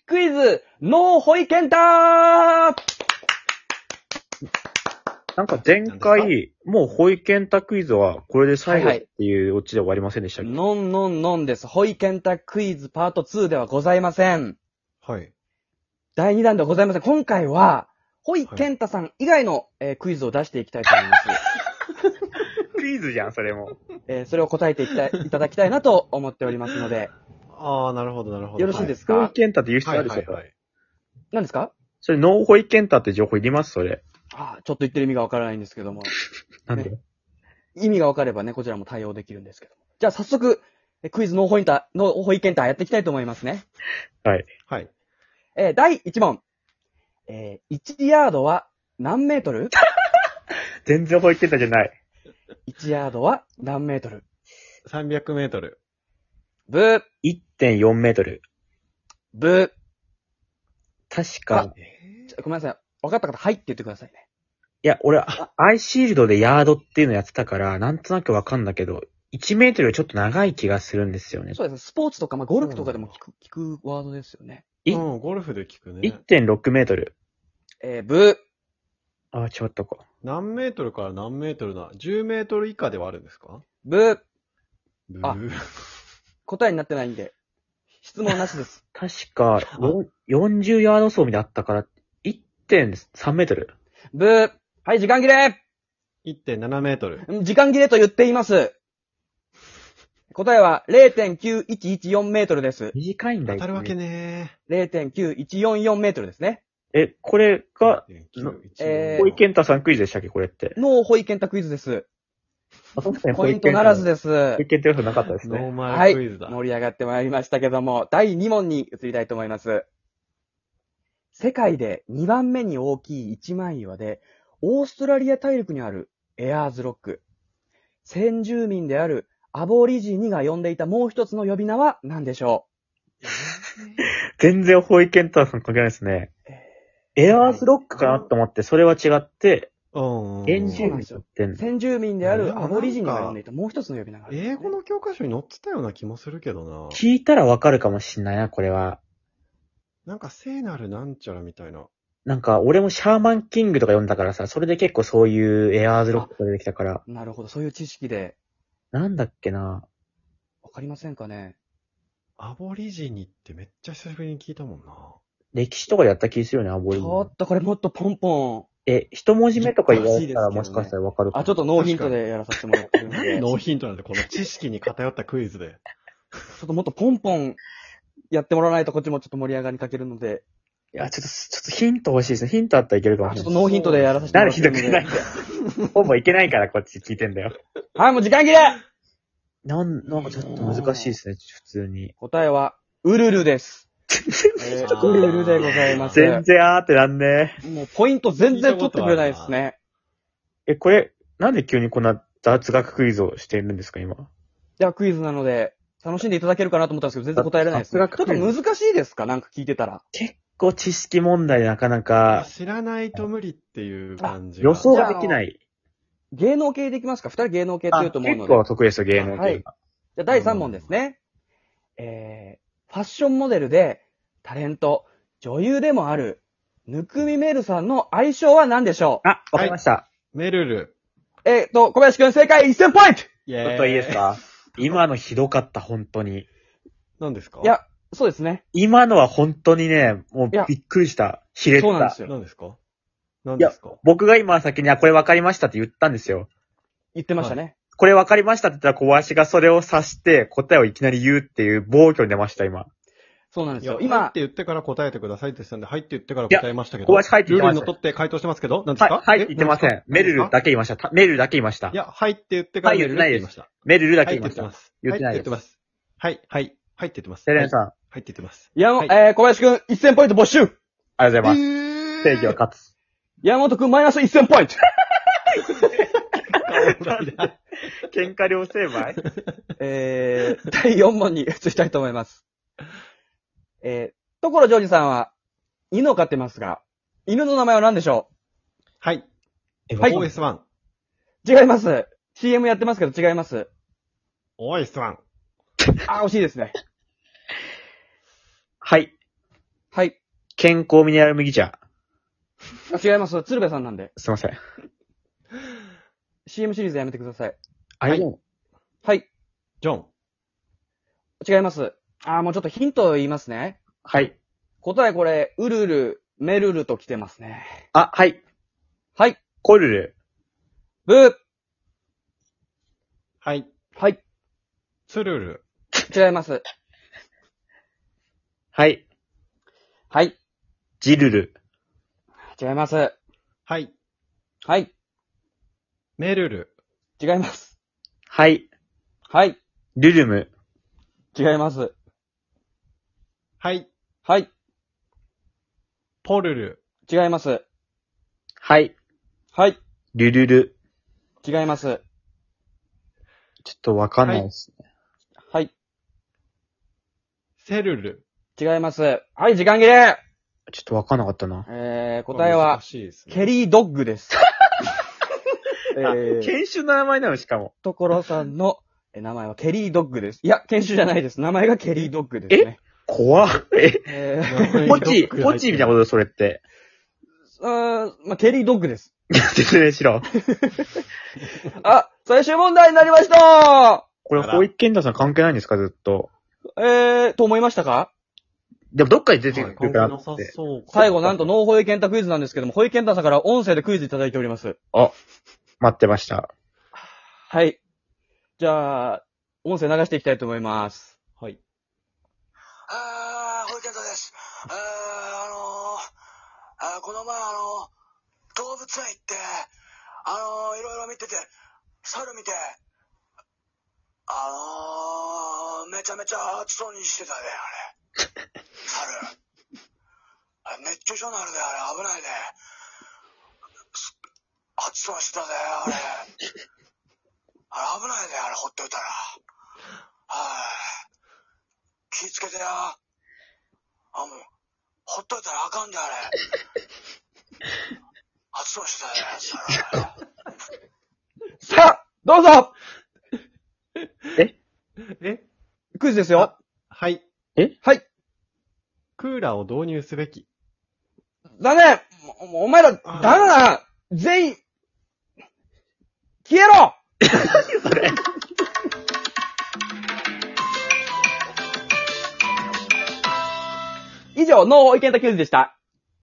クイズ、ノーホイケンター。 なんか前回、もうホイケンタクイズはこれで最後っていうオチで終わりませんでしたっけ？ ノンノンノンです。ホイケンタクイズパート2ではございません。 はい。 第2弾ではございません。今回は、ホイケンタさん以外の、クイズを出していきたいと思います。 クイズじゃん、それも。 それを答えていただきたいなと思っておりますので。 ああ、なるほど、なるほど。 よろしいですか？ ホイケンタって言う人あるでしょ？ 何ですか？ それノーホイケンタって情報いりますそれ。 ちょっと言ってる意味がわからないんですけども。 なんで、 ね、意味がわかればね、こちらも対応できるんですけども。じゃあ早速、クイズノーホイケンタやっていきたいと思いますね。 はい。 はい。 第1問。1ヤードは何メートル？ 全然ホイケンタじゃない。 1ヤードは何メートル？ 300メートル。 ブー。 1.4 メートル。 ブー。 確か。 ごめんなさい。分かった方、はいって言ってくださいね。 いや、俺、アイシールドでヤードっていうのやってたから、なんとなくわかんだけど、1メートルよりちょっと長い気がするんですよね。 そうです。スポーツとか、ゴルフとかでも聞くワードですよね。 うん、ゴルフで聞くね。 1.6 メートル。 ブー。 違ったか。 何メートルから何メートルな？ 10 メートル以下ではあるんですか？ ブー。 ブあー。 答えになってないんで、質問なしです。 確か、40ヤード走みたいなあったから、1.3 メートル。 ブー。はい、時間切れ。 1.7 メートル。 時間切れと言っています。答えは 0.9114 メートルです。 短いんだよ。 当たるわけね 0.9144 メートルですね。 これが、 ー。 ホイケンタさんクイズでしたっけこれって。 ノーホイケンタクイズです。 そうですね。 ポイントならずです。 ホイケンタ要素なかったですね。 ノーマはい。 ルクイズだ。 盛り上がってまいりましたけども、第2問に移りたいと思います。世界で2番目に大きい一枚岩で、オーストラリア大陸にあるエアーズロック。先住民であるアボリジニが呼んでいたもう一つの呼び名は何でしょ全然ホイケンタさん関係ないですね。エアーズロックかなと思って、それは違って、原住民ってう？先住民であるアボリジニが呼んでいたもう一つの呼び名がある、 英語の教科書に載ってたような気もするけどな。 聞いたらわかるかもしんないな、これは。 なんか聖なるなんちゃらみたいな。 なんか、俺もシャーマンキングとか読んだからさ、それで結構そういうエアーズロックが出てきたから。 なるほど、そういう知識で。 なんだっけな。 わかりませんかね。 アボリジニってめっちゃ久しぶりに聞いたもんな。 歴史とかでやった気するよね、アボリジニ。 ちょっとこれもっとポンポン。 一文字目とか言われたらもしかしたらわかるかも。 ちょっとノーヒントでやらさせてもらってるんで。 ノーヒントなんで、この知識に偏ったクイズで。 ちょっともっとポンポンやってもらわないとこっちもちょっと盛り上がりかけるので。 いや、ちょっとヒント欲しいですね。ヒントあったらいけるかもしれない。 ちょっとノーヒントでやらさせてもらってるので。 誰ヒントくれないんだよ。ほぼいけないからこっち聞いてんだよ。 はい、もう時間切れ。 なんかちょっと難しいですね、普通に。 答えは、ウルルです。ウルルでございます。 全然ってなんね。 もうポイント全然取ってくれないですね。 これ、なんで急にこんな雑学クイズをしているんですか、今。 いや、クイズなので、楽しんでいただけるかなと思ったんですけど、全然答えられないですね。ちょっと難しいですか？なんか聞いてたら。 結構知識問題でなかなか。 知らないと無理っていう感じ。 予想ができない。 芸能系でいきますか？二人芸能系って言うと思うので。 結構得意ですよ、芸能系。はい。 じゃあ第3問ですね。ファッションモデルで、タレント、女優でもある、ぬくみめるさんの愛称は何でしょう？ わかりました。 メルル。 小林くん正解1000ポイント！ ちょっといいですか？今のひどかった、本当に。 何ですか？ いや、そうですね。 今のは本当にね、もうびっくりした。ひれった。 そうなんですよ。 何ですか？何ですか？ 僕が今先に、これ分かりましたって言ったんですよ。 言ってましたね。はい、 これ分かりましたって言ったら小林がそれを指して答えをいきなり言うっていう暴挙に出ました、今。 そうなんですよ。 今。はいって言ってから答えてくださいって言ってたんで、はいって言ってから答えましたけど。 小林はいって言ってました。 ルールにのっとって回答してますけど、何ですか？ はいって言ってません。メルルだけ言いました。メルルだけ言いました。 いや、はいって言ってからメルルって言いました。 メルルだけ言いました。 言ってないです。はいって言ってます。はい、はい、はいって言ってます。 セレンさん。 はいって言ってます。 小林くん1000ポイント没収！ ありがとうございます。正義は勝つ。 山本くんマイナス1000ポイント！ 喧嘩両成敗第4問に移りたいと思います。所ジョージさんは、犬を飼ってますが、犬の名前は何でしょう？はい。 はい。 OS1。 違います。CM やってますけど違います。 OS1。 惜しいですね。 はい。 はい。 健康ミネラル麦茶。 違います。鶴瓶さんなんで。 すいません。 CM シリーズやめてください。 はい。 はい。 ジョン。 違います。もうちょっとヒント言いますね。 はい。 答えこれ、ウルル、メルルと来てますね。 はい。 はい。 コルル。 ブー。 はい。 はい。 ツルル。 違います。 はい。 はい。 ジルル。 違います。 はい。 はい。 メルル。 違います。 はい。 はい。 ルルム。 違います。 はい。 はい。 ポルル。 違います。 はい。 はい。 ルルル。 違います。 ちょっとわかんないですね。 はい。 セルル。 違います。はい、時間切れ。 ちょっとわかんなかったな。 答えは難、しいですね。 ケリードッグです。 研修の名前なのしかも。 所さんの名前はケリードッグです。いや、研修じゃないです。名前がケリードッグですね。 怖っ。ポチみたいなことそれって。 ケリードッグです。 説明しろ。 最終問題になりましたこれ、保育健太さん関係ないんですかずっと。 と思いましたか？ でもどっかに出てくるからなさって。 そうか。 最後なんとノー保育健太クイズなんですけども、保育健太さんから音声でクイズいただいております。 待ってました。 はい。じゃあ、音声流していきたいと思います。 はい。 保育健太です。この前動物園行って、いろいろ見てて、猿見て、めちゃめちゃ暑そうにしてたね、あれ。猿。あれ熱中症になるで、あれ、危ないで。暑そうにしてたで、あれ。あれ、危ないで、あれ、ほっといたら。気ぃつけてや。もう、ほっといたらあかんで、あれ。暑そうにしてたで、猿。 さあ、どうぞクイズですよ。 はい。 はい。 クーラーを導入すべき。 だねお前ら、だな全員、消えろそれ。 以上、ノー保育健太クイズでした。